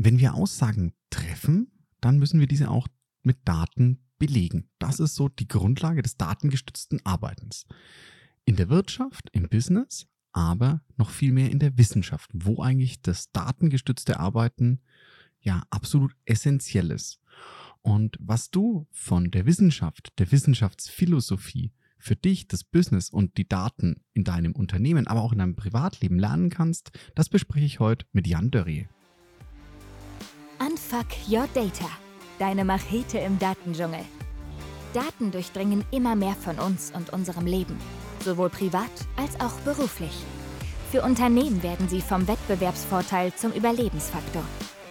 Wenn wir Aussagen treffen, dann müssen wir diese auch mit Daten belegen. Das ist so die Grundlage des datengestützten Arbeitens. In der Wirtschaft, im Business, aber noch viel mehr in der Wissenschaft, wo eigentlich das datengestützte Arbeiten ja absolut essentiell ist. Und was du von der Wissenschaft, der Wissenschaftsphilosophie für dich, das Business und die Daten in deinem Unternehmen, aber auch in deinem Privatleben lernen kannst, das bespreche ich heute mit Jan Dörrie. Unfuck Your Data, deine Machete im Datendschungel. Daten durchdringen immer mehr von uns und unserem Leben, sowohl privat als auch beruflich. Für Unternehmen werden sie vom Wettbewerbsvorteil zum Überlebensfaktor.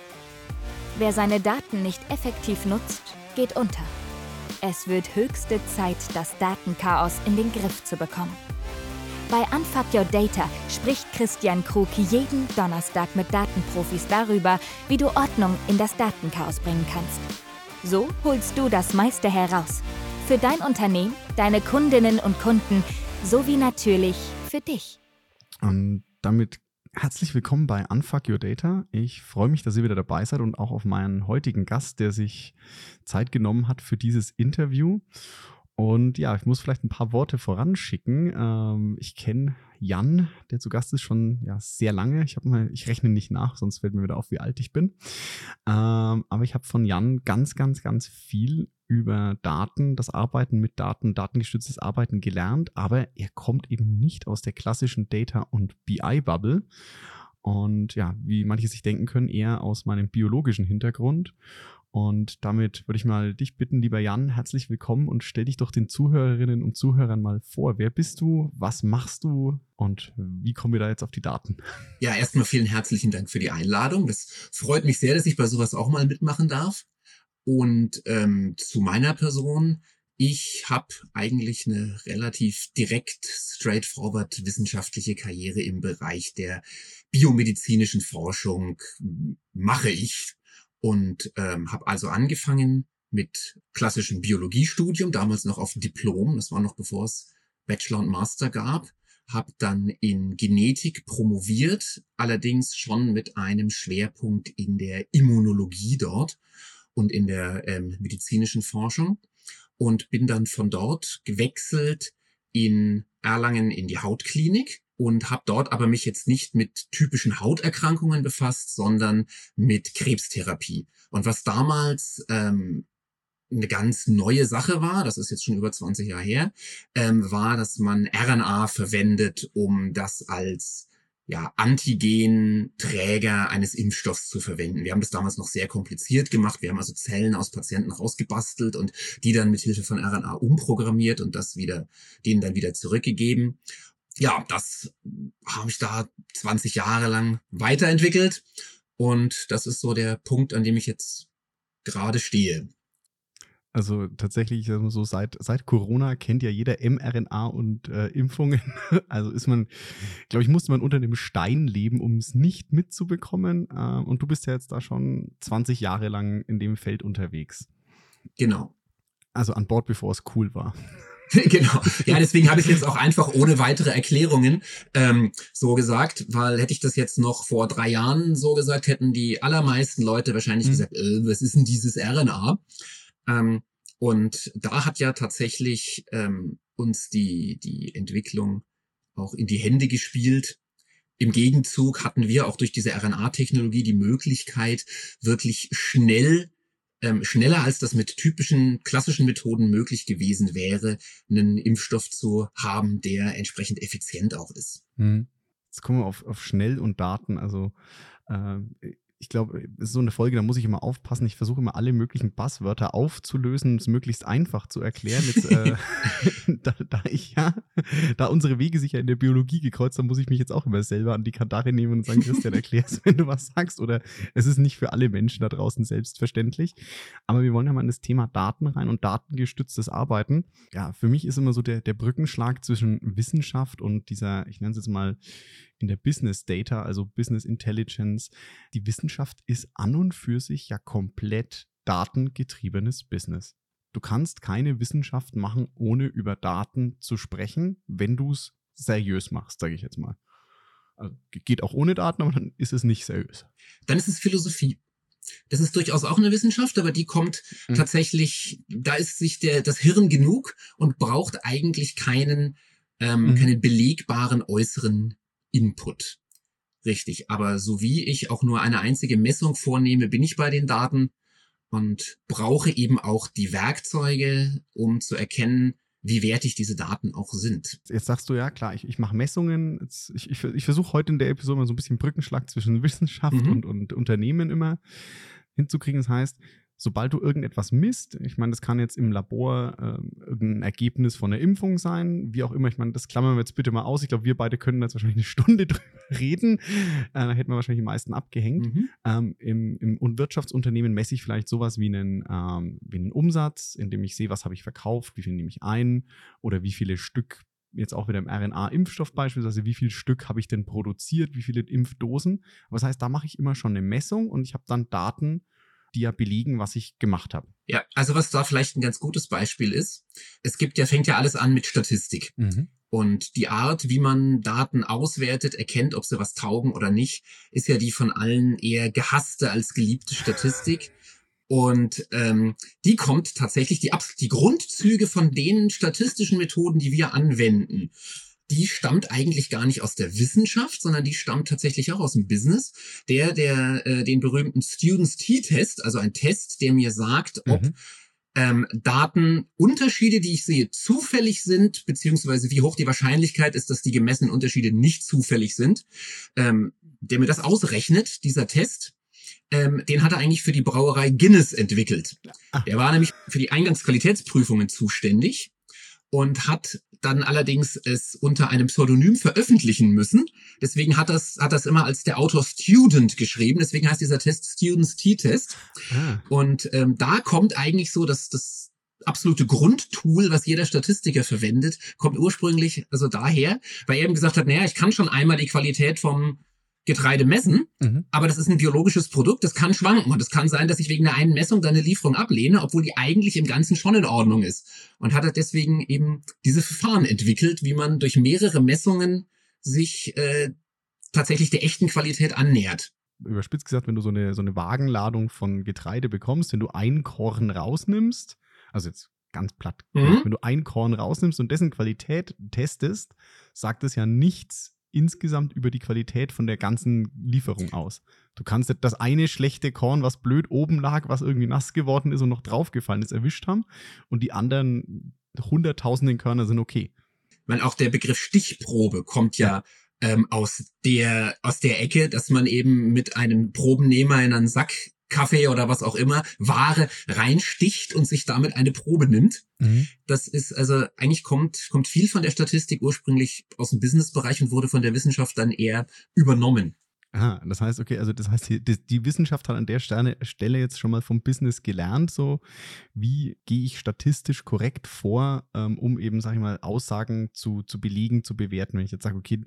Wer seine Daten nicht effektiv nutzt, geht unter. Es wird höchste Zeit, das Datenchaos in den Griff zu bekommen. Bei Unfuck Your Data spricht Christian Krug jeden Donnerstag mit Datenprofis darüber, wie du Ordnung in das Datenchaos bringen kannst. So holst du das meiste heraus. Für dein Unternehmen, deine Kundinnen und Kunden, sowie natürlich für dich. Und damit herzlich willkommen bei Unfuck Your Data. Ich freue mich, dass ihr wieder dabei seid und auch auf meinen heutigen Gast, der sich Zeit genommen hat für dieses Interview. Und ja, ich muss vielleicht ein paar Worte voranschicken. Ich kenne Jan, der zu Gast ist, schon sehr lange. Ich rechne nicht nach, sonst fällt mir wieder auf, wie alt ich bin. Aber ich habe von Jan ganz viel über Daten, das Arbeiten mit Daten, datengestütztes Arbeiten gelernt. Aber er kommt eben nicht aus der klassischen Data- und BI-Bubble. Und ja, wie manche sich denken können, eher aus meinem biologischen Hintergrund. Und damit würde ich mal dich bitten, lieber Jan, herzlich willkommen und stell dich doch den Zuhörerinnen und Zuhörern mal vor. Wer bist du, was machst du und wie kommen wir da jetzt auf die Daten? Ja, erstmal vielen herzlichen Dank für die Einladung. Das freut mich sehr, dass ich bei sowas auch mal mitmachen darf. Und zu meiner Person, ich habe eigentlich eine relativ direkt, straightforward wissenschaftliche Karriere im Bereich der biomedizinischen Forschung mache ich. Und habe also angefangen mit klassischem Biologiestudium, damals noch auf Diplom, das war noch bevor es Bachelor und Master gab, habe dann in Genetik promoviert, allerdings schon mit einem Schwerpunkt in der Immunologie dort und in der medizinischen Forschung und bin dann von dort gewechselt in Erlangen in die Hautklinik. Und habe dort aber mich jetzt nicht mit typischen Hauterkrankungen befasst, sondern mit Krebstherapie. Und was damals eine ganz neue Sache war, das ist jetzt schon über 20 Jahre her, war, dass man RNA verwendet, um das als Antigenträger eines Impfstoffs zu verwenden. Wir haben das damals noch sehr kompliziert gemacht. Wir haben also Zellen aus Patienten rausgebastelt und die dann mit Hilfe von RNA umprogrammiert und denen dann wieder zurückgegeben. Ja, das habe ich da 20 Jahre lang weiterentwickelt und das ist so der Punkt, an dem ich jetzt gerade stehe. Also tatsächlich, so seit Corona kennt ja jeder mRNA und Impfungen. Also musste man unter einem Stein leben, um es nicht mitzubekommen. Und du bist ja jetzt da schon 20 Jahre lang in dem Feld unterwegs. Genau. Also an Bord, bevor es cool war. Genau. Ja, deswegen habe ich es jetzt auch einfach ohne weitere Erklärungen so gesagt, weil hätte ich das jetzt noch vor 3 Jahren so gesagt, hätten die allermeisten Leute wahrscheinlich gesagt, was ist denn dieses RNA? Und da hat ja tatsächlich uns die Entwicklung auch in die Hände gespielt. Im Gegenzug hatten wir auch durch diese RNA-Technologie die Möglichkeit, wirklich schneller als das mit typischen klassischen Methoden möglich gewesen wäre, einen Impfstoff zu haben, der entsprechend effizient auch ist. Jetzt kommen wir auf schnell und Daten. Also ich glaube, es ist so eine Folge, da muss ich immer aufpassen. Ich versuche immer alle möglichen Buzzwörter aufzulösen, es möglichst einfach zu erklären. Jetzt, da unsere Wege sich ja in der Biologie gekreuzt haben, muss ich mich jetzt auch immer selber an die Kandare nehmen und sagen, Christian, erklär's, wenn du was sagst. Oder es ist nicht für alle Menschen da draußen selbstverständlich. Aber wir wollen ja mal in das Thema Daten rein und datengestütztes Arbeiten. Ja, für mich ist immer so der Brückenschlag zwischen Wissenschaft und dieser, ich nenne es jetzt mal, in der Business Data, also Business Intelligence. Die Wissenschaft ist an und für sich ja komplett datengetriebenes Business. Du kannst keine Wissenschaft machen, ohne über Daten zu sprechen, wenn du es seriös machst, sage ich jetzt mal. Also geht auch ohne Daten, aber dann ist es nicht seriös. Dann ist es Philosophie. Das ist durchaus auch eine Wissenschaft, aber die kommt tatsächlich, da ist sich das Hirn genug und braucht eigentlich keinen belegbaren äußeren Input. Richtig, aber so wie ich auch nur eine einzige Messung vornehme, bin ich bei den Daten und brauche eben auch die Werkzeuge, um zu erkennen, wie wertig diese Daten auch sind. Jetzt sagst du, ja klar, ich mache Messungen. Ich versuche heute in der Episode mal so ein bisschen Brückenschlag zwischen Wissenschaft und Unternehmen immer hinzukriegen. Das heißt, sobald du irgendetwas misst, ich meine, das kann jetzt im Labor irgendein Ergebnis von einer Impfung sein, wie auch immer, ich meine, das klammern wir jetzt bitte mal aus. Ich glaube, wir beide können jetzt wahrscheinlich eine Stunde drüber reden. Da hätten wir wahrscheinlich die meisten abgehängt. Im Wirtschaftsunternehmen messe ich vielleicht sowas wie einen Umsatz, indem ich sehe, was habe ich verkauft, wie viel nehme ich ein oder wie viele Stück, jetzt auch wieder im RNA-Impfstoff beispielsweise, wie viel Stück habe ich denn produziert, wie viele Impfdosen. Aber das heißt, da mache ich immer schon eine Messung und ich habe dann Daten, die ja belegen, was ich gemacht habe. Ja, also was da vielleicht ein ganz gutes Beispiel ist, fängt ja alles an mit Statistik. Und die Art, wie man Daten auswertet, erkennt, ob sie was taugen oder nicht, ist ja die von allen eher gehasste als geliebte Statistik. Und die kommt tatsächlich, die Grundzüge von den statistischen Methoden, die wir anwenden, die stammt eigentlich gar nicht aus der Wissenschaft, sondern die stammt tatsächlich auch aus dem Business. Den berühmten Student's T-Test, also ein Test, der mir sagt, ob Datenunterschiede, die ich sehe, zufällig sind, beziehungsweise wie hoch die Wahrscheinlichkeit ist, dass die gemessenen Unterschiede nicht zufällig sind, der mir das ausrechnet, dieser Test. Den hat er eigentlich für die Brauerei Guinness entwickelt. Der war nämlich für die Eingangsqualitätsprüfungen zuständig und hat dann allerdings es unter einem Pseudonym veröffentlichen müssen. Deswegen hat das immer als der Autor Student geschrieben. Deswegen heißt dieser Test Student's T-Test. Und da kommt eigentlich so, dass das absolute Grundtool, was jeder Statistiker verwendet, kommt ursprünglich also daher, weil er eben gesagt hat, naja, ich kann schon einmal die Qualität vom Getreide messen, aber das ist ein biologisches Produkt, das kann schwanken und es kann sein, dass ich wegen der einen Messung dann eine Lieferung ablehne, obwohl die eigentlich im Ganzen schon in Ordnung ist. Und hat er deswegen eben diese Verfahren entwickelt, wie man durch mehrere Messungen sich tatsächlich der echten Qualität annähert. Überspitzt gesagt, wenn du so eine Wagenladung von Getreide bekommst, wenn du ein Korn rausnimmst, also jetzt ganz platt, wenn du ein Korn rausnimmst und dessen Qualität testest, sagt es ja nichts insgesamt über die Qualität von der ganzen Lieferung aus. Du kannst nicht das eine schlechte Korn, was blöd oben lag, was irgendwie nass geworden ist und noch draufgefallen ist, erwischt haben und die anderen hunderttausenden Körner sind okay. Weil auch der Begriff Stichprobe kommt ja aus der Ecke, dass man eben mit einem Probennehmer in einen Sack Kaffee oder was auch immer, Ware reinsticht und sich damit eine Probe nimmt. Das ist also, eigentlich kommt viel von der Statistik ursprünglich aus dem Businessbereich und wurde von der Wissenschaft dann eher übernommen. Das heißt, okay, also das heißt, die Wissenschaft hat an der Stelle jetzt schon mal vom Business gelernt, so wie gehe ich statistisch korrekt vor, um eben, sag ich mal, Aussagen zu belegen, zu bewerten. Wenn ich jetzt sage, okay,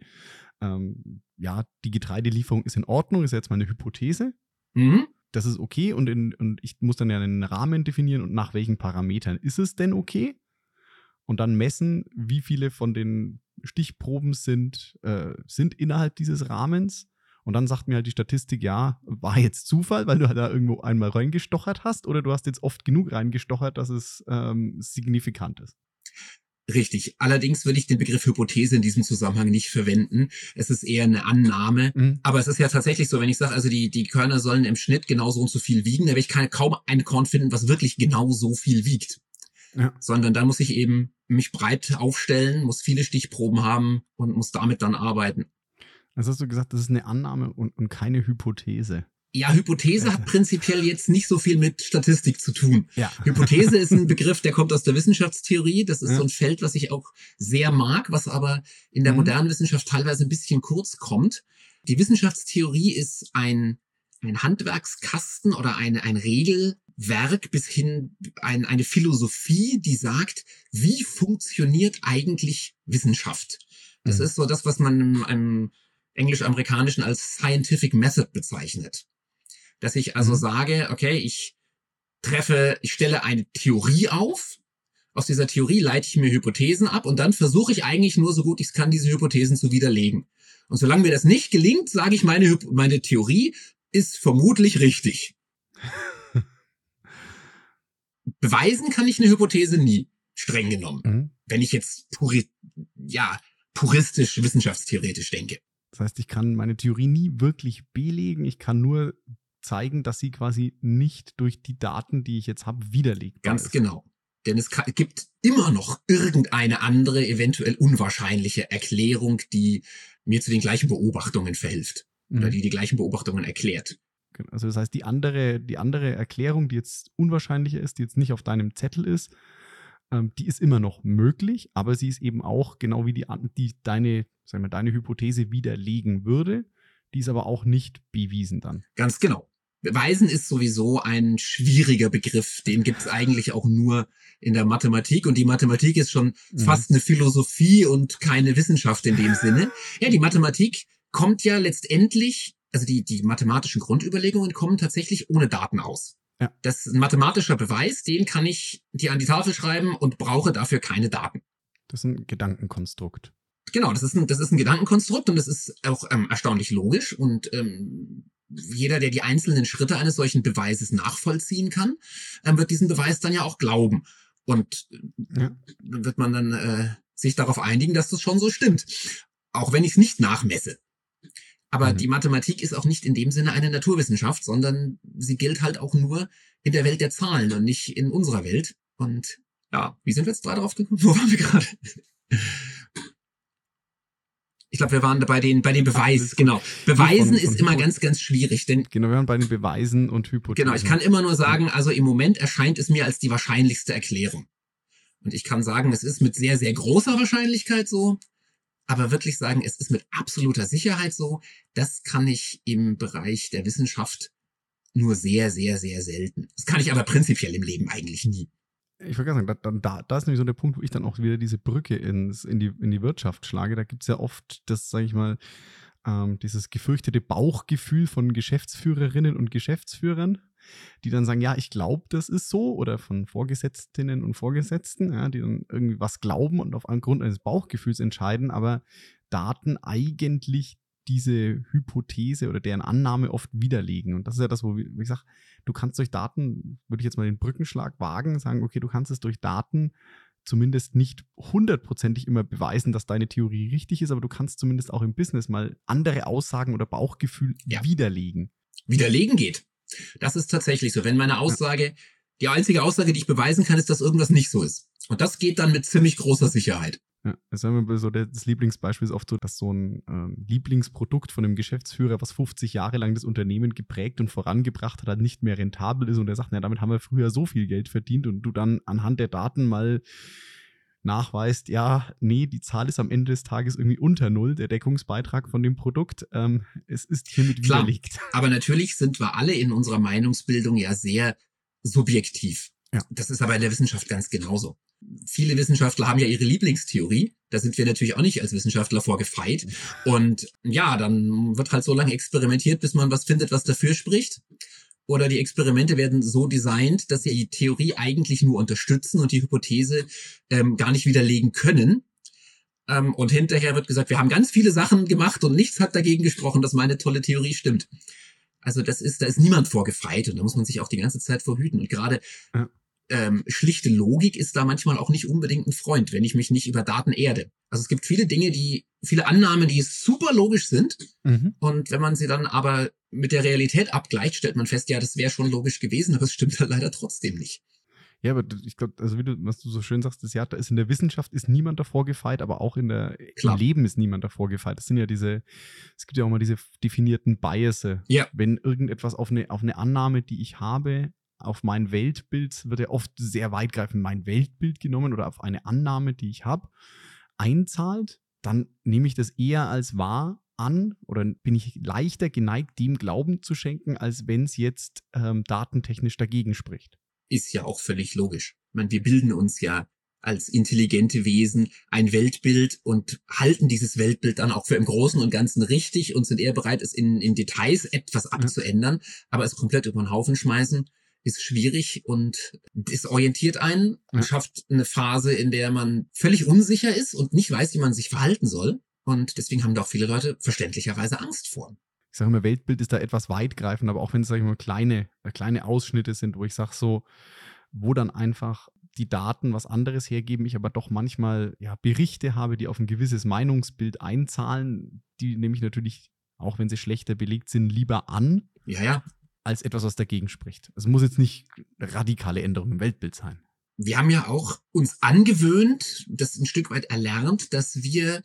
die Getreidelieferung ist in Ordnung, ist jetzt meine Hypothese. Das ist okay und ich muss dann ja einen Rahmen definieren und nach welchen Parametern ist es denn okay? Und dann messen, wie viele von den Stichproben sind innerhalb dieses Rahmens. Und dann sagt mir halt die Statistik, ja, war jetzt Zufall, weil du da irgendwo einmal reingestochert hast oder du hast jetzt oft genug reingestochert, dass es signifikant ist. Richtig. Allerdings würde ich den Begriff Hypothese in diesem Zusammenhang nicht verwenden. Es ist eher eine Annahme. Aber es ist ja tatsächlich so, wenn ich sage, also die Körner sollen im Schnitt genau so und so viel wiegen, dann werde ich kaum ein Korn finden, was wirklich genau so viel wiegt. Ja. Sondern da muss ich eben mich breit aufstellen, muss viele Stichproben haben und muss damit dann arbeiten. Also hast du gesagt, das ist eine Annahme und keine Hypothese. Ja, Hypothese hat prinzipiell jetzt nicht so viel mit Statistik zu tun. Ja. Hypothese ist ein Begriff, der kommt aus der Wissenschaftstheorie. Das ist so ein Feld, was ich auch sehr mag, was aber in der modernen Wissenschaft teilweise ein bisschen kurz kommt. Die Wissenschaftstheorie ist ein Handwerkskasten oder ein Regelwerk bis hin eine Philosophie, die sagt, wie funktioniert eigentlich Wissenschaft? Das ist so das, was man im Englisch-Amerikanischen als Scientific Method bezeichnet. Dass ich also sage, okay, ich stelle eine Theorie auf, aus dieser Theorie leite ich mir Hypothesen ab und dann versuche ich eigentlich nur so gut ich kann, diese Hypothesen zu widerlegen. Und solange mir das nicht gelingt, sage ich, meine Theorie ist vermutlich richtig. Beweisen kann ich eine Hypothese nie, streng genommen. Mhm. Wenn ich jetzt puristisch, wissenschaftstheoretisch denke. Das heißt, ich kann meine Theorie nie wirklich belegen. Ich kann nur zeigen, dass sie quasi nicht durch die Daten, die ich jetzt habe, widerlegbar Ganz ist. genau. Denn es gibt immer noch irgendeine andere, eventuell unwahrscheinliche Erklärung, die mir zu den gleichen Beobachtungen verhilft. Oder die gleichen Beobachtungen erklärt. Also das heißt, die andere Erklärung, die jetzt unwahrscheinlicher ist, die jetzt nicht auf deinem Zettel ist, die ist immer noch möglich, aber sie ist eben auch genau wie deine Hypothese widerlegen würde. Die ist aber auch nicht bewiesen dann. Ganz genau. Beweisen ist sowieso ein schwieriger Begriff. Den gibt es eigentlich auch nur in der Mathematik. Und die Mathematik ist schon fast eine Philosophie und keine Wissenschaft in dem Sinne. Ja, die Mathematik kommt ja letztendlich, also die mathematischen Grundüberlegungen kommen tatsächlich ohne Daten aus. Ja. Das ist ein mathematischer Beweis, den kann ich dir an die Tafel schreiben und brauche dafür keine Daten. Das ist ein Gedankenkonstrukt. Genau, das ist ein Gedankenkonstrukt und das ist auch erstaunlich logisch und jeder, der die einzelnen Schritte eines solchen Beweises nachvollziehen kann, wird diesen Beweis dann ja auch glauben und dann wird man dann sich darauf einigen, dass das schon so stimmt, auch wenn ich es nicht nachmesse. Aber die Mathematik ist auch nicht in dem Sinne eine Naturwissenschaft, sondern sie gilt halt auch nur in der Welt der Zahlen und nicht in unserer Welt. Und ja, wie sind wir jetzt darauf gekommen? Wo waren wir gerade? Ich glaube, wir waren bei den Beweisen, genau. Beweisen ist immer ganz, ganz schwierig, denn genau, wir waren bei den Beweisen und Hypothesen. Genau, ich kann immer nur sagen, also im Moment erscheint es mir als die wahrscheinlichste Erklärung. Und ich kann sagen, es ist mit sehr, sehr großer Wahrscheinlichkeit so, aber wirklich sagen, es ist mit absoluter Sicherheit so, das kann ich im Bereich der Wissenschaft nur sehr, sehr, sehr selten. Das kann ich aber prinzipiell im Leben eigentlich nie. Ich wollte gerade sagen, da ist nämlich so der Punkt, wo ich dann auch wieder diese Brücke in die Wirtschaft schlage. Da gibt es ja oft das, sage ich mal, dieses gefürchtete Bauchgefühl von Geschäftsführerinnen und Geschäftsführern, die dann sagen, ja, ich glaube, das ist so, oder von Vorgesetztinnen und Vorgesetzten, ja, die dann irgendwie was glauben und auf Grund eines Bauchgefühls entscheiden, aber Daten eigentlich diese Hypothese oder deren Annahme oft widerlegen. Und das ist ja das, wo ich sage, du kannst durch Daten, würde ich jetzt mal den Brückenschlag wagen, sagen, okay, du kannst es durch Daten zumindest nicht 100%ig immer beweisen, dass deine Theorie richtig ist, aber du kannst zumindest auch im Business mal andere Aussagen oder Bauchgefühl widerlegen. Widerlegen geht. Das ist tatsächlich so. Wenn meine Aussage, die einzige Aussage, die ich beweisen kann, ist, dass irgendwas nicht so ist. Und das geht dann mit ziemlich großer Sicherheit. Ja, so das Lieblingsbeispiel ist oft so, dass so ein Lieblingsprodukt von einem Geschäftsführer, was 50 Jahre lang das Unternehmen geprägt und vorangebracht hat, halt nicht mehr rentabel ist und er sagt, na, damit haben wir früher so viel Geld verdient und du dann anhand der Daten mal nachweist, ja, nee, die Zahl ist am Ende des Tages irgendwie unter Null, der Deckungsbeitrag von dem Produkt, es ist hiermit widerlegt. Aber natürlich sind wir alle in unserer Meinungsbildung ja sehr subjektiv. Ja. Das ist aber in der Wissenschaft ganz genauso. Viele Wissenschaftler haben ja ihre Lieblingstheorie. Da sind wir natürlich auch nicht als Wissenschaftler vorgefeit. Und ja, dann wird halt so lange experimentiert, bis man was findet, was dafür spricht. Oder die Experimente werden so designt, dass sie die Theorie eigentlich nur unterstützen und die Hypothese gar nicht widerlegen können. Und hinterher wird gesagt, wir haben ganz viele Sachen gemacht und nichts hat dagegen gesprochen, dass meine tolle Theorie stimmt. Also da ist niemand vorgefeit und da muss man sich auch die ganze Zeit vorhüten. Und gerade schlichte Logik ist da manchmal auch nicht unbedingt ein Freund, wenn ich mich nicht über Daten erde. Also es gibt viele Dinge, viele Annahmen, die super logisch sind. Und wenn man sie dann aber mit der Realität abgleicht, stellt man fest, ja, das wäre schon logisch gewesen, aber es stimmt halt leider trotzdem nicht. Ja, aber ich glaube, also was du so schön sagst, da ist in der Wissenschaft ist niemand davor gefeit, aber auch im Leben ist niemand davor gefeit. Es gibt ja auch mal diese definierten Biases. Ja. Wenn irgendetwas auf eine Annahme, die ich habe, auf mein Weltbild, wird ja oft sehr weitgreifend mein Weltbild genommen oder auf eine Annahme, die ich habe, einzahlt, dann nehme ich das eher als wahr an oder bin ich leichter geneigt, dem Glauben zu schenken, als wenn es jetzt datentechnisch dagegen spricht. Ist ja auch völlig logisch. Ich meine, wir bilden uns ja als intelligente Wesen ein Weltbild und halten dieses Weltbild dann auch für im Großen und Ganzen richtig und sind eher bereit, es in Details etwas abzuändern, aber es komplett über den Haufen schmeißen ist schwierig und desorientiert einen und schafft eine Phase, in der man völlig unsicher ist und nicht weiß, wie man sich verhalten soll. Und deswegen haben da auch viele Leute verständlicherweise Angst vor. Ich sage immer, Weltbild ist da etwas weitgreifend, aber auch wenn es, sage ich mal, kleine Ausschnitte sind, wo ich sage so, wo dann einfach die Daten was anderes hergeben, ich aber doch manchmal Berichte habe, die auf ein gewisses Meinungsbild einzahlen, die nehme ich natürlich, auch wenn sie schlechter belegt sind, lieber an, Ja. als etwas, was dagegen spricht. Es muss jetzt nicht radikale Änderung im Weltbild sein. Wir haben ja auch uns angewöhnt, das ein Stück weit erlernt, dass wir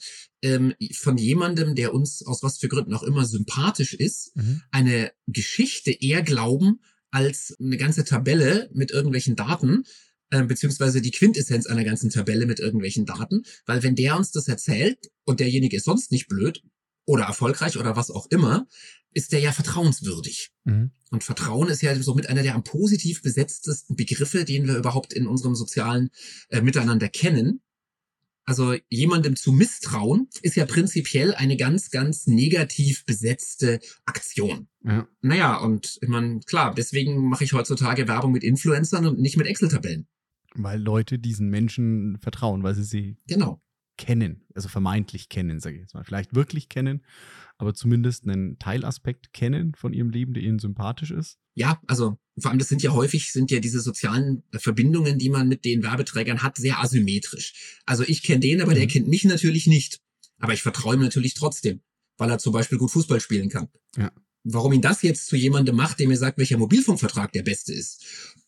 von jemandem, der uns aus was für Gründen auch immer sympathisch ist, eine Geschichte eher glauben als eine ganze Tabelle mit irgendwelchen Daten, beziehungsweise die Quintessenz einer ganzen Tabelle mit irgendwelchen Daten. Weil wenn der uns das erzählt und derjenige ist sonst nicht blöd oder erfolgreich oder was auch immer, ist der ja vertrauenswürdig. Und Vertrauen ist ja somit einer der am positiv besetztesten Begriffe, den wir überhaupt in unserem sozialen Miteinander kennen. Also jemandem zu misstrauen, ist ja prinzipiell eine ganz, ganz negativ besetzte Aktion. Ja. Naja, und ich meine, klar, deswegen mache ich heutzutage Werbung mit Influencern und nicht mit Excel-Tabellen. Weil Leute diesen Menschen vertrauen, weil sie Genau. kennen, also vermeintlich kennen, sage ich jetzt mal. Vielleicht wirklich kennen, aber zumindest einen Teilaspekt kennen von ihrem Leben, der ihnen sympathisch ist. Ja, also vor allem sind ja diese sozialen Verbindungen, die man mit den Werbeträgern hat, sehr asymmetrisch. Also ich kenne den, aber der kennt mich natürlich nicht. Aber ich vertraue ihm natürlich trotzdem, weil er zum Beispiel gut Fußball spielen kann. Ja. Warum ihn das jetzt zu jemandem macht, der mir sagt, welcher Mobilfunkvertrag der beste ist?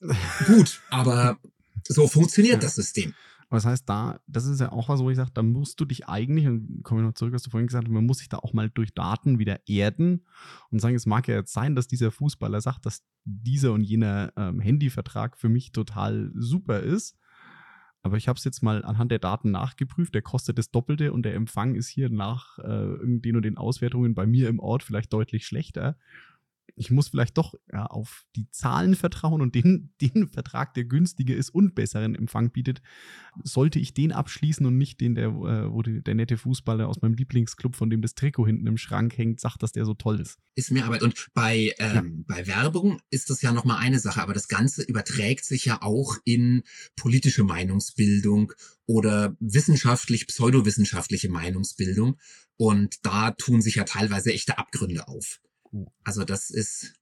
Gut, aber so funktioniert das System. Aber das heißt, das ist ja auch was, wo ich sage, da musst du dich eigentlich, und komme ich noch zurück, was du vorhin gesagt hast, man muss sich da auch mal durch Daten wieder erden und sagen, es mag ja jetzt sein, dass dieser Fußballer sagt, dass dieser und jener Handyvertrag für mich total super ist. Aber ich habe es jetzt mal anhand der Daten nachgeprüft, der kostet das Doppelte und der Empfang ist hier nach den und den Auswertungen bei mir im Ort vielleicht deutlich schlechter. Ich muss vielleicht doch auf die Zahlen vertrauen und den Vertrag, der günstiger ist und besseren Empfang bietet, sollte ich den abschließen und nicht den, wo der nette Fußballer aus meinem Lieblingsclub, von dem das Trikot hinten im Schrank hängt, sagt, dass der so toll ist. Ist mehr Arbeit. Und bei Werbung ist das ja nochmal eine Sache, aber das Ganze überträgt sich ja auch in politische Meinungsbildung oder pseudowissenschaftliche Meinungsbildung. Und da tun sich ja teilweise echte Abgründe auf. Also da ist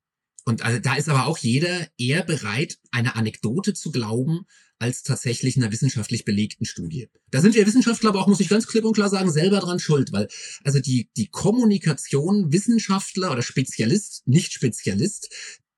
aber auch jeder eher bereit, eine Anekdote zu glauben, als tatsächlich einer wissenschaftlich belegten Studie. Da sind wir Wissenschaftler aber auch, muss ich ganz klipp und klar sagen, selber dran schuld, weil also die Kommunikation Wissenschaftler oder Spezialist, nicht Spezialist,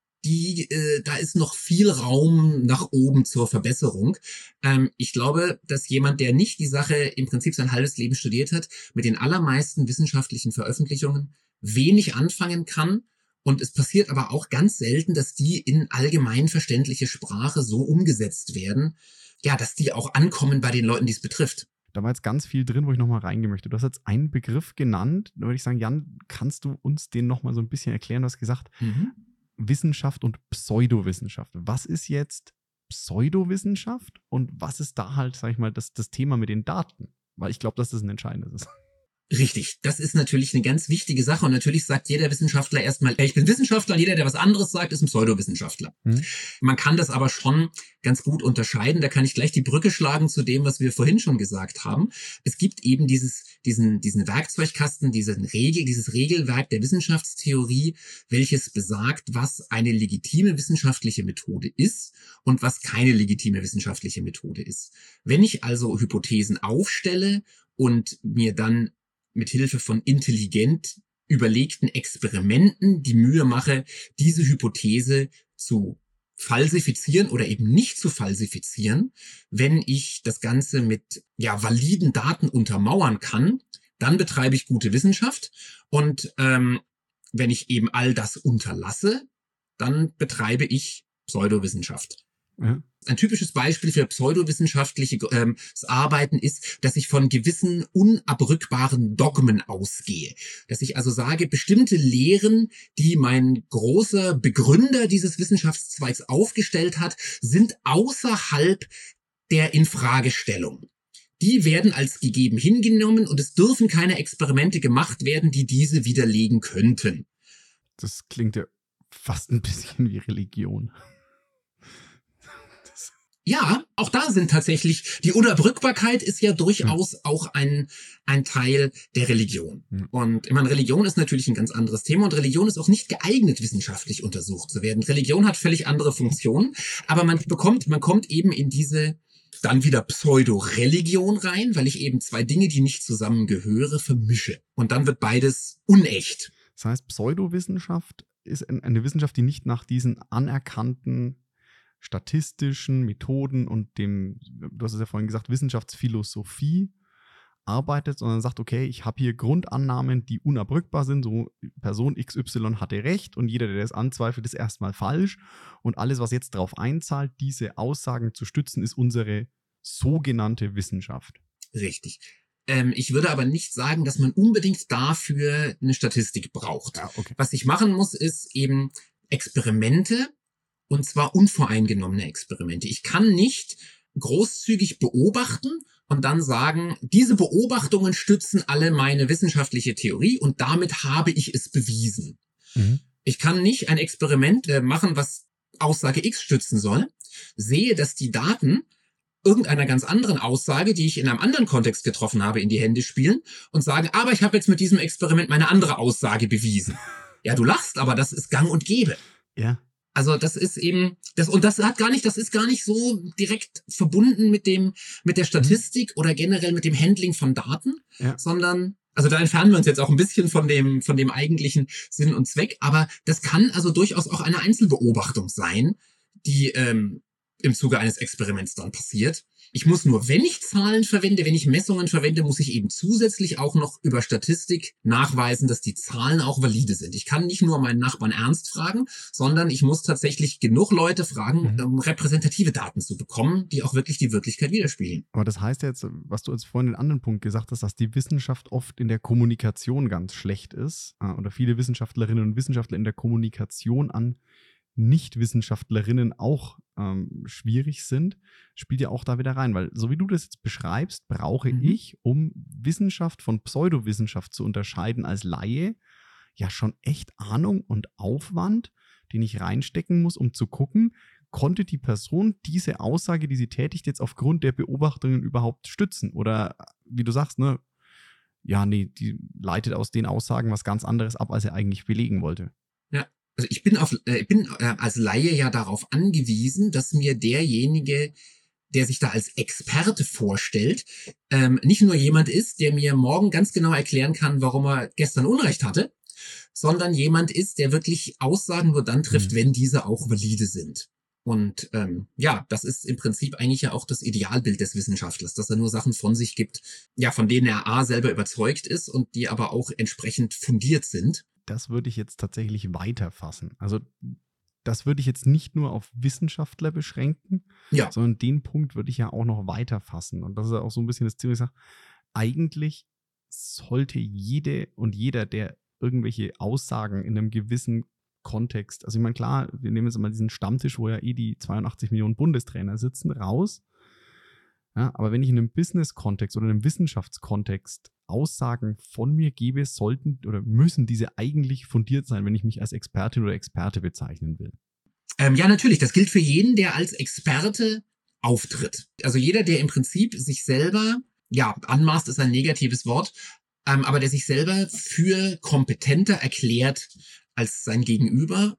da ist noch viel Raum nach oben zur Verbesserung. Ich glaube, dass jemand, der nicht die Sache im Prinzip sein halbes Leben studiert hat, mit den allermeisten wissenschaftlichen Veröffentlichungen wenig anfangen kann. Und es passiert aber auch ganz selten, dass die in allgemein verständliche Sprache so umgesetzt werden, ja, dass die auch ankommen bei den Leuten, die es betrifft. Da war jetzt ganz viel drin, wo ich nochmal reingehen möchte. Du hast jetzt einen Begriff genannt. Da würde ich sagen, Jan, kannst du uns den nochmal so ein bisschen erklären? Du hast gesagt, Wissenschaft und Pseudowissenschaft. Was ist jetzt Pseudowissenschaft und was ist da halt, sag ich mal, das Thema mit den Daten? Weil ich glaube, dass das ein entscheidendes ist. Richtig, das ist natürlich eine ganz wichtige Sache und natürlich sagt jeder Wissenschaftler erstmal, ich bin Wissenschaftler, und jeder, der was anderes sagt, ist ein Pseudowissenschaftler. Man kann das aber schon ganz gut unterscheiden, da kann ich gleich die Brücke schlagen zu dem, was wir vorhin schon gesagt haben. Es gibt eben diesen Werkzeugkasten, dieses Regelwerk der Wissenschaftstheorie, welches besagt, was eine legitime wissenschaftliche Methode ist und was keine legitime wissenschaftliche Methode ist. Wenn ich also Hypothesen aufstelle und mir dann mit Hilfe von intelligent überlegten Experimenten die Mühe mache, diese Hypothese zu falsifizieren oder eben nicht zu falsifizieren, wenn ich das Ganze mit validen Daten untermauern kann, dann betreibe ich gute Wissenschaft. Und wenn ich eben all das unterlasse, dann betreibe ich Pseudowissenschaft. Ja. Ein typisches Beispiel für pseudowissenschaftliches Arbeiten ist, dass ich von gewissen unabrückbaren Dogmen ausgehe. Dass ich also sage, bestimmte Lehren, die mein großer Begründer dieses Wissenschaftszweigs aufgestellt hat, sind außerhalb der Infragestellung. Die werden als gegeben hingenommen und es dürfen keine Experimente gemacht werden, die diese widerlegen könnten. Das klingt ja fast ein bisschen wie Religion. Ja, auch da sind tatsächlich, die Unabbrückbarkeit ist ja durchaus auch ein Teil der Religion. Und ich meine, Religion ist natürlich ein ganz anderes Thema und Religion ist auch nicht geeignet, wissenschaftlich untersucht zu werden. Religion hat völlig andere Funktionen, aber man kommt eben in diese dann wieder Pseudo-Religion rein, weil ich eben zwei Dinge, die nicht zusammengehören, vermische. Und dann wird beides unecht. Das heißt, Pseudowissenschaft ist eine Wissenschaft, die nicht nach diesen anerkannten statistischen Methoden und dem, du hast es ja vorhin gesagt, Wissenschaftsphilosophie arbeitet, sondern sagt, okay, ich habe hier Grundannahmen, die unabbrückbar sind, so Person XY hatte recht und jeder, der das anzweifelt, ist erstmal falsch und alles, was jetzt darauf einzahlt, diese Aussagen zu stützen, ist unsere sogenannte Wissenschaft. Richtig. Ich würde aber nicht sagen, dass man unbedingt dafür eine Statistik braucht. Ja, okay. Was ich machen muss, ist eben Experimente, und zwar unvoreingenommene Experimente. Ich kann nicht großzügig beobachten und dann sagen, diese Beobachtungen stützen alle meine wissenschaftliche Theorie und damit habe ich es bewiesen. Ich kann nicht ein Experiment machen, was Aussage X stützen soll, sehe, dass die Daten irgendeiner ganz anderen Aussage, die ich in einem anderen Kontext getroffen habe, in die Hände spielen und sagen, aber ich habe jetzt mit diesem Experiment meine andere Aussage bewiesen. Ja, du lachst, aber das ist gang und gäbe. Ja. Also das ist eben, das ist gar nicht so direkt verbunden mit der Statistik oder generell mit dem Handling von Daten, sondern, also da entfernen wir uns jetzt auch ein bisschen von dem eigentlichen Sinn und Zweck, aber das kann also durchaus auch eine Einzelbeobachtung sein, die im Zuge eines Experiments dann passiert. Ich muss nur, wenn ich Zahlen verwende, wenn ich Messungen verwende, muss ich eben zusätzlich auch noch über Statistik nachweisen, dass die Zahlen auch valide sind. Ich kann nicht nur meinen Nachbarn ernst fragen, sondern ich muss tatsächlich genug Leute fragen, um repräsentative Daten zu bekommen, die auch wirklich die Wirklichkeit widerspiegeln. Aber das heißt ja jetzt, was du jetzt vorhin den anderen Punkt gesagt hast, dass die Wissenschaft oft in der Kommunikation ganz schlecht ist oder viele Wissenschaftlerinnen und Wissenschaftler in der Kommunikation an Nichtwissenschaftlerinnen auch schwierig sind, spielt ja auch da wieder rein, weil so wie du das jetzt beschreibst, brauche ich, um Wissenschaft von Pseudowissenschaft zu unterscheiden als Laie, ja schon echt Ahnung und Aufwand, den ich reinstecken muss, um zu gucken, konnte die Person diese Aussage, die sie tätigt, jetzt aufgrund der Beobachtungen überhaupt stützen? Oder wie du sagst, ne, ja, nee, die leitet aus den Aussagen was ganz anderes ab, als er eigentlich belegen wollte. Ja. Also ich bin als Laie ja darauf angewiesen, dass mir derjenige, der sich da als Experte vorstellt, nicht nur jemand ist, der mir morgen ganz genau erklären kann, warum er gestern Unrecht hatte, sondern jemand ist, der wirklich Aussagen nur dann trifft, wenn diese auch valide sind. Und das ist im Prinzip eigentlich ja auch das Idealbild des Wissenschaftlers, dass er nur Sachen von sich gibt, ja, von denen er A selber überzeugt ist und die aber auch entsprechend fundiert sind. Das würde ich jetzt tatsächlich weiterfassen. Also das würde ich jetzt nicht nur auf Wissenschaftler beschränken, sondern den Punkt würde ich ja auch noch weiterfassen. Und das ist ja auch so ein bisschen das Ziel, wo ich sage, eigentlich sollte jede und jeder, der irgendwelche Aussagen in einem gewissen Kontext, also ich meine, klar, wir nehmen jetzt mal diesen Stammtisch, wo ja die 82 Millionen Bundestrainer sitzen, raus. Ja, aber wenn ich in einem Business-Kontext oder in einem Wissenschaftskontext Aussagen von mir gebe, sollten oder müssen diese eigentlich fundiert sein, wenn ich mich als Expertin oder Experte bezeichnen will. Ja, natürlich. Das gilt für jeden, der als Experte auftritt. Also jeder, der im Prinzip sich selber, anmaßt ist ein negatives Wort, aber der sich selber für kompetenter erklärt als sein Gegenüber,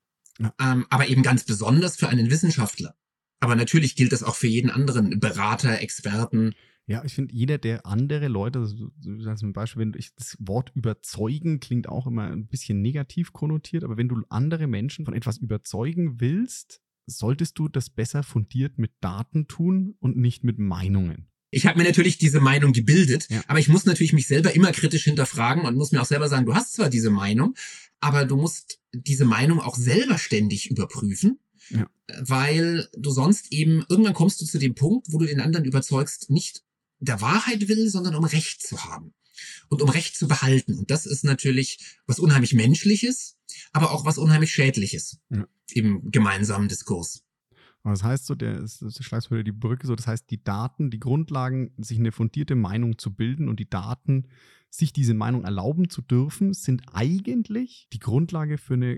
aber eben ganz besonders für einen Wissenschaftler. Aber natürlich gilt das auch für jeden anderen Berater, Experten. Ja, ich finde, jeder, der andere Leute, also zum Beispiel, das Wort überzeugen klingt auch immer ein bisschen negativ konnotiert, aber wenn du andere Menschen von etwas überzeugen willst, solltest du das besser fundiert mit Daten tun und nicht mit Meinungen. Ich habe mir natürlich diese Meinung gebildet, aber ich muss natürlich mich selber immer kritisch hinterfragen und muss mir auch selber sagen, du hast zwar diese Meinung, aber du musst diese Meinung auch selber ständig überprüfen. Ja. Weil du sonst eben, irgendwann kommst du zu dem Punkt, wo du den anderen überzeugst, nicht der Wahrheit will, sondern um Recht zu haben und um Recht zu behalten. Und das ist natürlich was unheimlich Menschliches, aber auch was unheimlich Schädliches im gemeinsamen Diskurs. Aber das heißt so, du schlagst wieder die Brücke, so, das heißt, die Daten, die Grundlagen, sich eine fundierte Meinung zu bilden und die Daten, sich diese Meinung erlauben zu dürfen, sind eigentlich die Grundlage für eine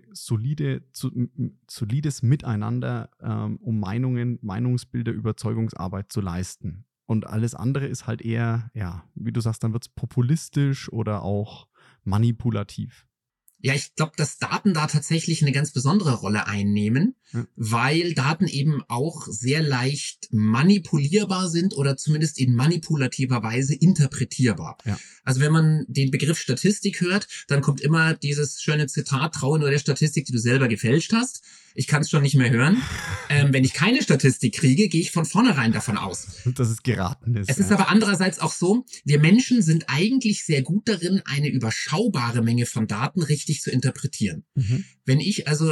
solides Miteinander, um Meinungsbilder, Überzeugungsarbeit zu leisten. Und alles andere ist halt eher, ja, wie du sagst, dann wird es populistisch oder auch manipulativ. Ja, ich glaube, dass Daten da tatsächlich eine ganz besondere Rolle einnehmen, weil Daten eben auch sehr leicht manipulierbar sind oder zumindest in manipulativer Weise interpretierbar. Ja. Also wenn man den Begriff Statistik hört, dann kommt immer dieses schöne Zitat, traue nur der Statistik, die du selber gefälscht hast. Ich kann es schon nicht mehr hören. Wenn ich keine Statistik kriege, gehe ich von vornherein davon aus. Dass es geraten ist. Es ist aber andererseits auch so, wir Menschen sind eigentlich sehr gut darin, eine überschaubare Menge von Daten richtig zu interpretieren. Mhm. Wenn ich also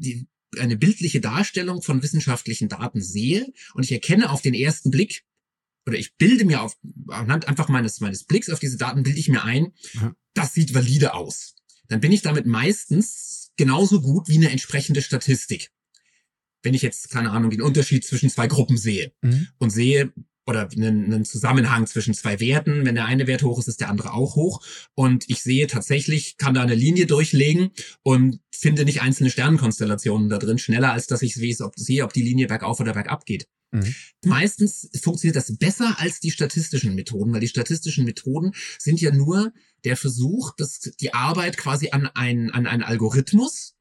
eine bildliche Darstellung von wissenschaftlichen Daten sehe und ich erkenne auf den ersten Blick, oder ich bilde mir anhand einfach meines Blicks auf diese Daten, bilde ich mir ein, das sieht valide aus. Dann bin ich damit meistens genauso gut wie eine entsprechende Statistik. Wenn ich jetzt, keine Ahnung, den Unterschied zwischen zwei Gruppen sehe und sehe, oder einen Zusammenhang zwischen zwei Werten, wenn der eine Wert hoch ist, ist der andere auch hoch. Und ich sehe tatsächlich, kann da eine Linie durchlegen und finde nicht einzelne Sternenkonstellationen da drin schneller, als dass ich sehe, ob die Linie bergauf oder bergab geht. Meistens funktioniert das besser als die statistischen Methoden, weil die statistischen Methoden sind ja nur der Versuch, die Arbeit quasi an einen Algorithmus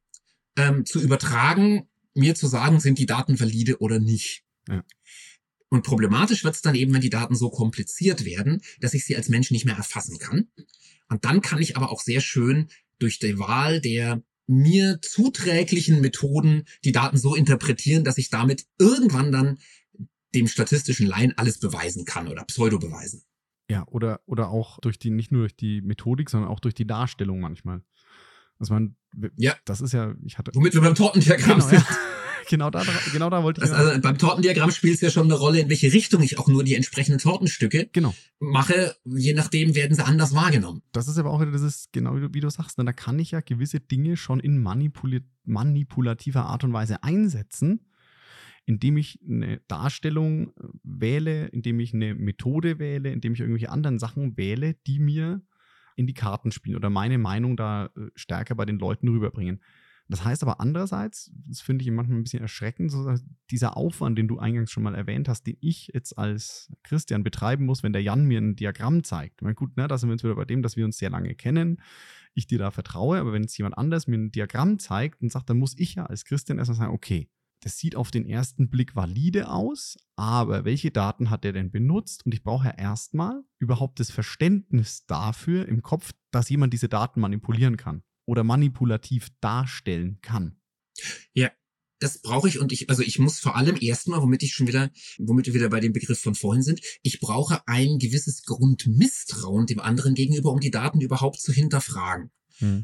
zu übertragen, mir zu sagen, sind die Daten valide oder nicht. Ja. Und problematisch wird es dann eben, wenn die Daten so kompliziert werden, dass ich sie als Mensch nicht mehr erfassen kann. Und dann kann ich aber auch sehr schön durch die Wahl der mir zuträglichen Methoden die Daten so interpretieren, dass ich damit irgendwann dann dem statistischen Laien alles beweisen kann oder pseudo beweisen. Ja, oder auch nicht nur durch die Methodik, sondern auch durch die Darstellung manchmal. Also das ist ja, womit wir beim Tortendiagramm sind. Ja. Genau da wollte ich. Also beim Tortendiagramm spielt es ja schon eine Rolle, in welche Richtung ich auch nur die entsprechenden Tortenstücke mache. Je nachdem werden sie anders wahrgenommen. Das ist aber auch wieder, das ist genau wie du sagst, da kann ich ja gewisse Dinge schon in manipulativer Art und Weise einsetzen, indem ich eine Darstellung wähle, indem ich eine Methode wähle, indem ich irgendwelche anderen Sachen wähle, die mir in die Karten spielen oder meine Meinung da stärker bei den Leuten rüberbringen. Das heißt aber andererseits, das finde ich manchmal ein bisschen erschreckend, so dieser Aufwand, den du eingangs schon mal erwähnt hast, den ich jetzt als Christian betreiben muss, wenn der Jan mir ein Diagramm zeigt. Ich meine, gut, da sind wir jetzt wieder bei dem, dass wir uns sehr lange kennen, ich dir da vertraue, aber wenn jetzt jemand anders mir ein Diagramm zeigt und sagt, dann muss ich ja als Christian erstmal sagen, okay, das sieht auf den ersten Blick valide aus, aber welche Daten hat der denn benutzt? Und ich brauche ja erstmal überhaupt das Verständnis dafür im Kopf, dass jemand diese Daten manipulieren kann oder manipulativ darstellen kann. Ja, das brauche ich und ich muss vor allem erstmal, womit wir wieder bei dem Begriff von vorhin sind, ich brauche ein gewisses Grundmisstrauen dem anderen gegenüber, um die Daten überhaupt zu hinterfragen.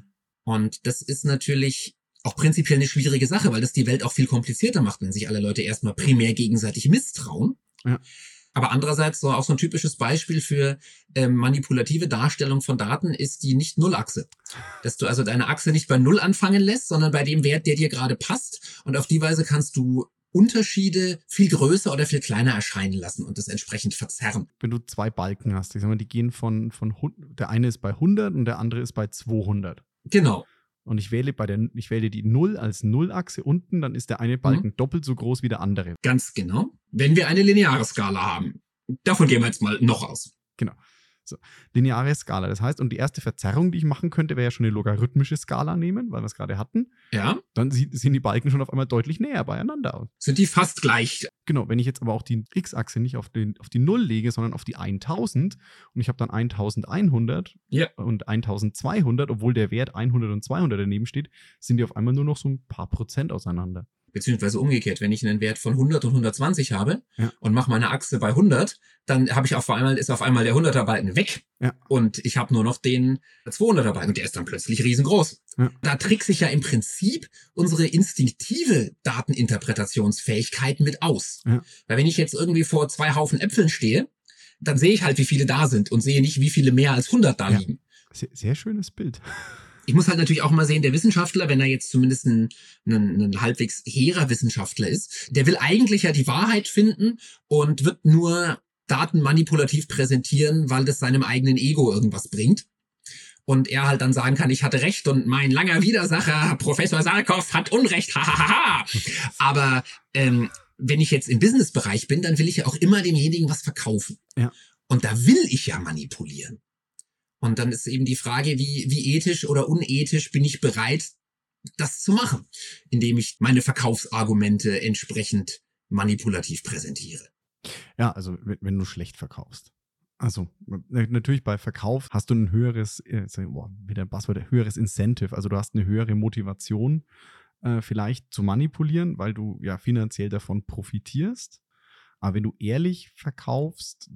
Und das ist natürlich auch prinzipiell eine schwierige Sache, weil das die Welt auch viel komplizierter macht, wenn sich alle Leute erstmal primär gegenseitig misstrauen. Ja. Aber andererseits auch so ein typisches Beispiel für manipulative Darstellung von Daten ist die Nicht-Null-Achse. Dass du also deine Achse nicht bei Null anfangen lässt, sondern bei dem Wert, der dir gerade passt. Und auf die Weise kannst du Unterschiede viel größer oder viel kleiner erscheinen lassen und das entsprechend verzerren. Wenn du zwei Balken hast, ich sag mal, die gehen von der eine ist bei 100 und der andere ist bei 200. Genau. Und ich wähle die 0 als Nullachse unten, dann ist der eine Balken doppelt so groß wie der andere. Ganz genau. Wenn wir eine lineare Skala haben. Davon gehen wir jetzt mal noch aus. Genau. So, lineare Skala. Das heißt, und die erste Verzerrung, die ich machen könnte, wäre ja schon eine logarithmische Skala nehmen, weil wir es gerade hatten. Ja. Dann sehen die Balken schon auf einmal deutlich näher beieinander aus. Sind die fast gleich. Genau, wenn ich jetzt aber auch die X-Achse nicht auf die 0 lege, sondern auf die 1000 und ich habe dann 1100 und 1200, obwohl der Wert 100 und 200 daneben steht, sind die auf einmal nur noch so ein paar Prozent auseinander. Beziehungsweise umgekehrt, wenn ich einen Wert von 100 und 120 habe und mache meine Achse bei 100, dann ist auf einmal der 100er Balken weg und ich habe nur noch den 200er Balken und der ist dann plötzlich riesengroß. Ja. Da trickse ich ja im Prinzip unsere instinktive Dateninterpretationsfähigkeit mit aus. Ja. Weil wenn ich jetzt irgendwie vor 2 Haufen Äpfeln stehe, dann sehe ich halt, wie viele da sind und sehe nicht, wie viele mehr als 100 da liegen. Sehr, sehr schönes Bild. Ich muss halt natürlich auch mal sehen, der Wissenschaftler, wenn er jetzt zumindest ein halbwegs hehrer Wissenschaftler ist, der will eigentlich ja die Wahrheit finden und wird nur Daten manipulativ präsentieren, weil das seinem eigenen Ego irgendwas bringt. Und er halt dann sagen kann, ich hatte recht und mein langer Widersacher, Professor Sarkow, hat Unrecht. Hahaha. Aber wenn ich jetzt im Businessbereich bin, dann will ich ja auch immer demjenigen was verkaufen. Ja. Und da will ich ja manipulieren. Und dann ist eben die Frage, wie ethisch oder unethisch bin ich bereit, das zu machen, indem ich meine Verkaufsargumente entsprechend manipulativ präsentiere. Ja, also wenn du schlecht verkaufst. Also natürlich bei Verkauf hast du ein höheres, wieder ein Buzzword, höheres Incentive. Also du hast eine höhere Motivation, vielleicht zu manipulieren, weil du ja finanziell davon profitierst. Aber wenn du ehrlich verkaufst,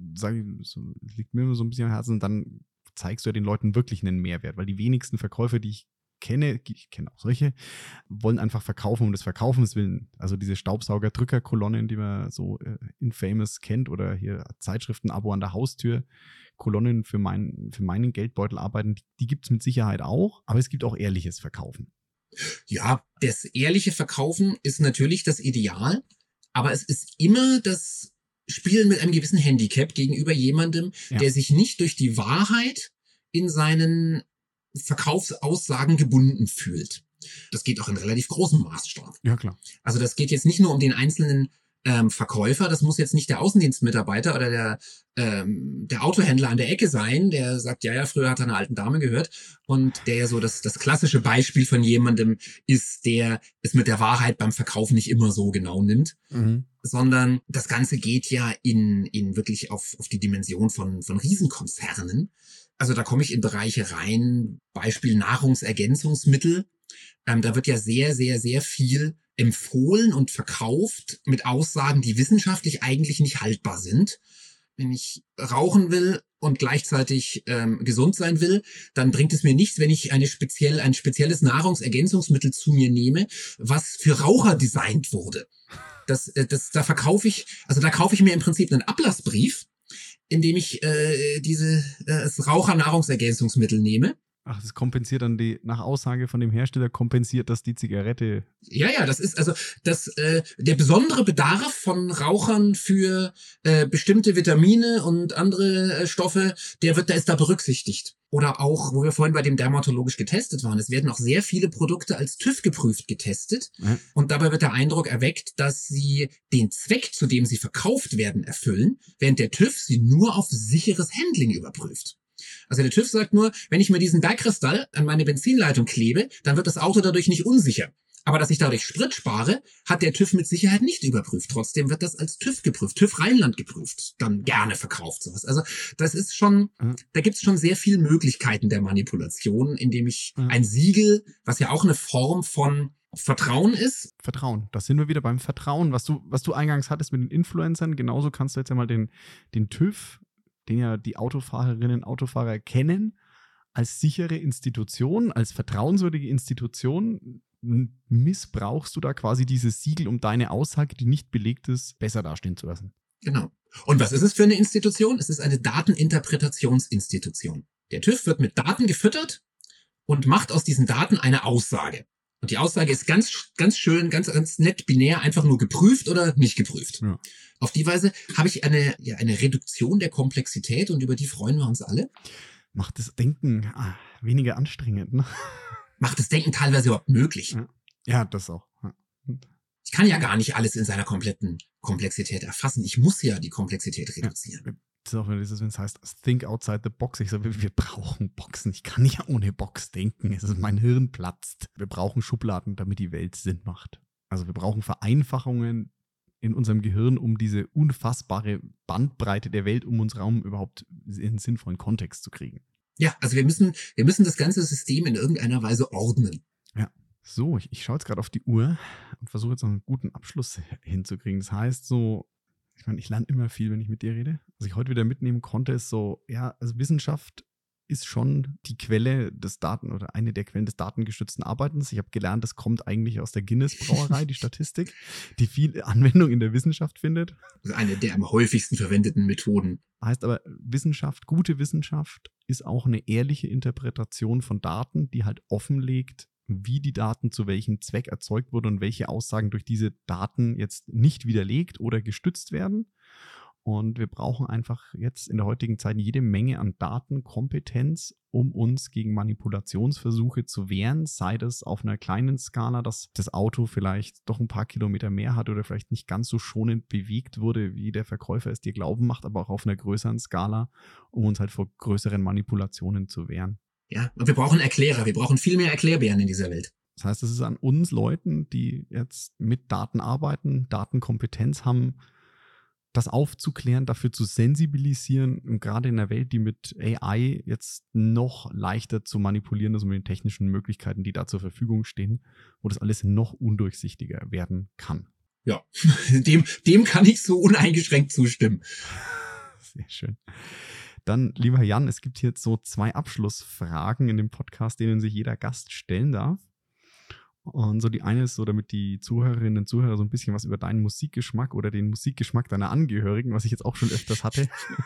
liegt mir immer so ein bisschen am Herzen, dann zeigst du ja den Leuten wirklich einen Mehrwert, weil die wenigsten Verkäufer, die ich kenne auch solche, wollen einfach verkaufen um des Verkaufens willen. Also diese Staubsauger-Drücker-Kolonnen, die man so infamous kennt, oder hier Zeitschriften-Abo an der Haustür, Kolonnen für meinen Geldbeutel arbeiten, die gibt es mit Sicherheit auch, aber es gibt auch ehrliches Verkaufen. Ja, das ehrliche Verkaufen ist natürlich das Ideal, aber es ist immer das Spielen mit einem gewissen Handicap gegenüber jemandem, der sich nicht durch die Wahrheit in seinen Verkaufsaussagen gebunden fühlt. Das geht auch in relativ großem Maßstab. Ja, klar. Also das geht jetzt nicht nur um den einzelnen Verkäufer, das muss jetzt nicht der Außendienstmitarbeiter oder der Autohändler an der Ecke sein, der sagt, ja, früher hat er einer alten Dame gehört, und der ja so das klassische Beispiel von jemandem ist, der es mit der Wahrheit beim Verkauf nicht immer so genau nimmt, sondern das Ganze geht ja in wirklich auf die Dimension von Riesenkonzernen. Also da komme ich in Bereiche rein, Beispiel Nahrungsergänzungsmittel. Da wird ja sehr, sehr, sehr viel empfohlen und verkauft mit Aussagen, die wissenschaftlich eigentlich nicht haltbar sind. Wenn ich rauchen will und gleichzeitig gesund sein will, dann bringt es mir nichts, wenn ich ein spezielles Nahrungsergänzungsmittel zu mir nehme, was für Raucher designt wurde. Da kaufe ich mir im Prinzip einen Ablassbrief, indem ich das Rauchernahrungsergänzungsmittel nehme. Ach, das kompensiert dann nach Aussage von dem Hersteller, kompensiert das die Zigarette. Ja, das ist also der besondere Bedarf von Rauchern für bestimmte Vitamine und andere Stoffe, der ist da berücksichtigt. Oder auch, wo wir vorhin bei dem dermatologisch getestet waren, es werden auch sehr viele Produkte als TÜV geprüft getestet. Ja. Und dabei wird der Eindruck erweckt, dass sie den Zweck, zu dem sie verkauft werden, erfüllen, während der TÜV sie nur auf sicheres Handling überprüft. Also der TÜV sagt nur, wenn ich mir diesen Bergkristall an meine Benzinleitung klebe, dann wird das Auto dadurch nicht unsicher. Aber dass ich dadurch Sprit spare, hat der TÜV mit Sicherheit nicht überprüft. Trotzdem wird das als TÜV geprüft, TÜV Rheinland geprüft, dann gerne verkauft sowas. Also das ist schon, da gibt es schon sehr viele Möglichkeiten der Manipulation, indem ich ein Siegel, was ja auch eine Form von Vertrauen ist. Vertrauen, da sind wir wieder beim Vertrauen, was du eingangs hattest mit den Influencern. Genauso kannst du jetzt ja mal den TÜV, den ja die Autofahrerinnen und Autofahrer kennen, als sichere Institution, als vertrauenswürdige Institution, missbrauchst du da quasi dieses Siegel, um deine Aussage, die nicht belegt ist, besser dastehen zu lassen. Genau. Und was ist es für eine Institution? Es ist eine Dateninterpretationsinstitution. Der TÜV wird mit Daten gefüttert und macht aus diesen Daten eine Aussage. Und die Aussage ist ganz, ganz schön, ganz, ganz nett binär, einfach nur geprüft oder nicht geprüft. Ja. Auf die Weise habe ich eine Reduktion der Komplexität, und über die freuen wir uns alle. Macht das Denken weniger anstrengend, ne? Macht das Denken teilweise überhaupt möglich. Ja, das auch. Ja. Ich kann ja gar nicht alles in seiner kompletten Komplexität erfassen. Ich muss ja die Komplexität reduzieren. Ja. Das ist auch, wenn es heißt, think outside the box. Ich sage, wir brauchen Boxen. Ich kann ja ohne Box denken. Mein Hirn platzt. Wir brauchen Schubladen, damit die Welt Sinn macht. Also wir brauchen Vereinfachungen in unserem Gehirn, um diese unfassbare Bandbreite der Welt um uns herum überhaupt in einen sinnvollen Kontext zu kriegen. Ja, also wir müssen das ganze System in irgendeiner Weise ordnen. Ja. So, ich schaue jetzt gerade auf die Uhr und versuche jetzt noch einen guten Abschluss hinzukriegen. Das heißt so, ich lerne immer viel, wenn ich mit dir rede. Was ich heute wieder mitnehmen konnte, ist so, ja, also Wissenschaft ist schon die Quelle des Daten oder eine der Quellen des datengestützten Arbeitens. Ich habe gelernt, das kommt eigentlich aus der Guinness-Brauerei, die Statistik, die viel Anwendung in der Wissenschaft findet. Das ist eine der am häufigsten verwendeten Methoden. Heißt aber, Wissenschaft, gute Wissenschaft ist auch eine ehrliche Interpretation von Daten, die halt offenlegt, wie die Daten zu welchem Zweck erzeugt wurden und welche Aussagen durch diese Daten jetzt nicht widerlegt oder gestützt werden. Und wir brauchen einfach jetzt in der heutigen Zeit jede Menge an Datenkompetenz, um uns gegen Manipulationsversuche zu wehren, sei das auf einer kleinen Skala, dass das Auto vielleicht doch ein paar Kilometer mehr hat oder vielleicht nicht ganz so schonend bewegt wurde, wie der Verkäufer es dir glauben macht, aber auch auf einer größeren Skala, um uns halt vor größeren Manipulationen zu wehren. Ja, und wir brauchen Erklärer, wir brauchen viel mehr Erklärbären in dieser Welt. Das heißt, es ist an uns Leuten, die jetzt mit Daten arbeiten, Datenkompetenz haben, das aufzuklären, dafür zu sensibilisieren und gerade in einer Welt, die mit AI jetzt noch leichter zu manipulieren ist und mit den technischen Möglichkeiten, die da zur Verfügung stehen, wo das alles noch undurchsichtiger werden kann. Ja, dem kann ich so uneingeschränkt zustimmen. Sehr schön. Dann, lieber Jan, es gibt hier so 2 Abschlussfragen in dem Podcast, denen sich jeder Gast stellen darf. Und so die eine ist so, damit die Zuhörerinnen und Zuhörer so ein bisschen was über deinen Musikgeschmack oder den Musikgeschmack deiner Angehörigen, was ich jetzt auch schon öfters hatte,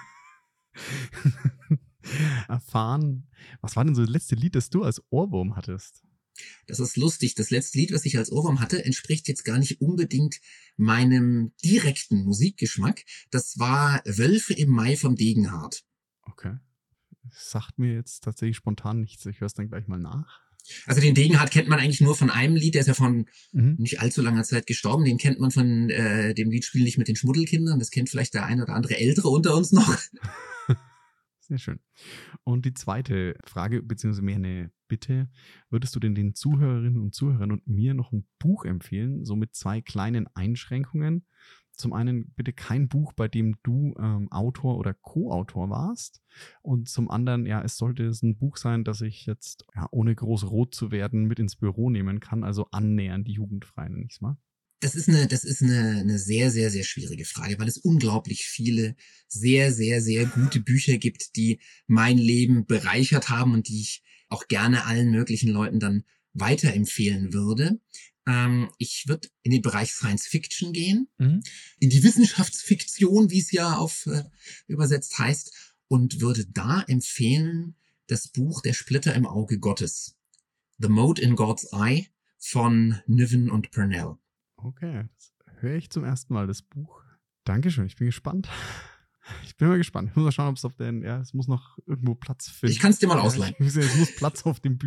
erfahren. Was war denn so das letzte Lied, das du als Ohrwurm hattest? Das ist lustig. Das letzte Lied, was ich als Ohrwurm hatte, entspricht jetzt gar nicht unbedingt meinem direkten Musikgeschmack. Das war Wölfe im Mai vom Degenhardt. Okay. Das sagt mir jetzt tatsächlich spontan nichts. Ich höre es dann gleich mal nach. Also den Degenhardt kennt man eigentlich nur von einem Lied, der ist ja von nicht allzu langer Zeit gestorben. Den kennt man von dem Lied Spiel nicht mit den Schmuddelkindern. Das kennt vielleicht der ein oder andere Ältere unter uns noch. Sehr schön. Und die zweite Frage, beziehungsweise mehr eine Bitte, würdest du denn den Zuhörerinnen und Zuhörern und mir noch ein Buch empfehlen, so mit 2 kleinen Einschränkungen? Zum einen bitte kein Buch, bei dem du Autor oder Co-Autor warst. Und zum anderen, ja, es sollte ein Buch sein, das ich jetzt, ja, ohne groß rot zu werden, mit ins Büro nehmen kann. Also annähernd die jugendfrei, nenne ich es mal. Das ist eine sehr, sehr, sehr schwierige Frage, weil es unglaublich viele sehr, sehr, sehr gute Bücher gibt, die mein Leben bereichert haben und die ich auch gerne allen möglichen Leuten dann weiterempfehlen würde. Ich würde in den Bereich Science Fiction gehen, in die Wissenschaftsfiktion, wie es ja auf übersetzt heißt, und würde da empfehlen das Buch Der Splitter im Auge Gottes, The Mote in God's Eye von Niven und Purnell. Okay, das höre ich zum ersten Mal, das Buch. Dankeschön, ich bin gespannt. Ich bin mal gespannt. Ich muss mal schauen, ob es es muss noch irgendwo Platz finden. Ich kann es dir mal ausleihen. Es muss Platz auf dem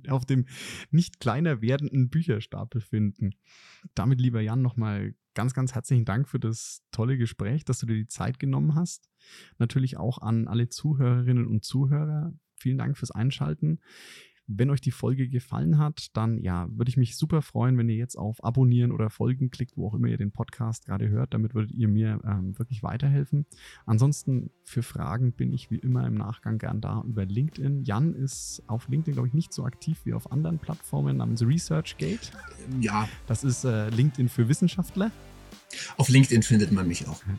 nicht kleiner werdenden Bücherstapel finden. Damit, lieber Jan, nochmal ganz, ganz herzlichen Dank für das tolle Gespräch, dass du dir die Zeit genommen hast. Natürlich auch an alle Zuhörerinnen und Zuhörer. Vielen Dank fürs Einschalten. Wenn euch die Folge gefallen hat, dann ja, würde ich mich super freuen, wenn ihr jetzt auf Abonnieren oder Folgen klickt, wo auch immer ihr den Podcast gerade hört. Damit würdet ihr mir wirklich weiterhelfen. Ansonsten für Fragen bin ich wie immer im Nachgang gern da über LinkedIn. Jan ist auf LinkedIn, glaube ich, nicht so aktiv wie auf anderen Plattformen namens ResearchGate. Ja. Das ist LinkedIn für Wissenschaftler. Auf LinkedIn findet man mich auch.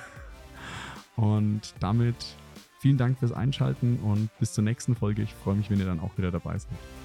Und damit vielen Dank fürs Einschalten und bis zur nächsten Folge. Ich freue mich, wenn ihr dann auch wieder dabei seid.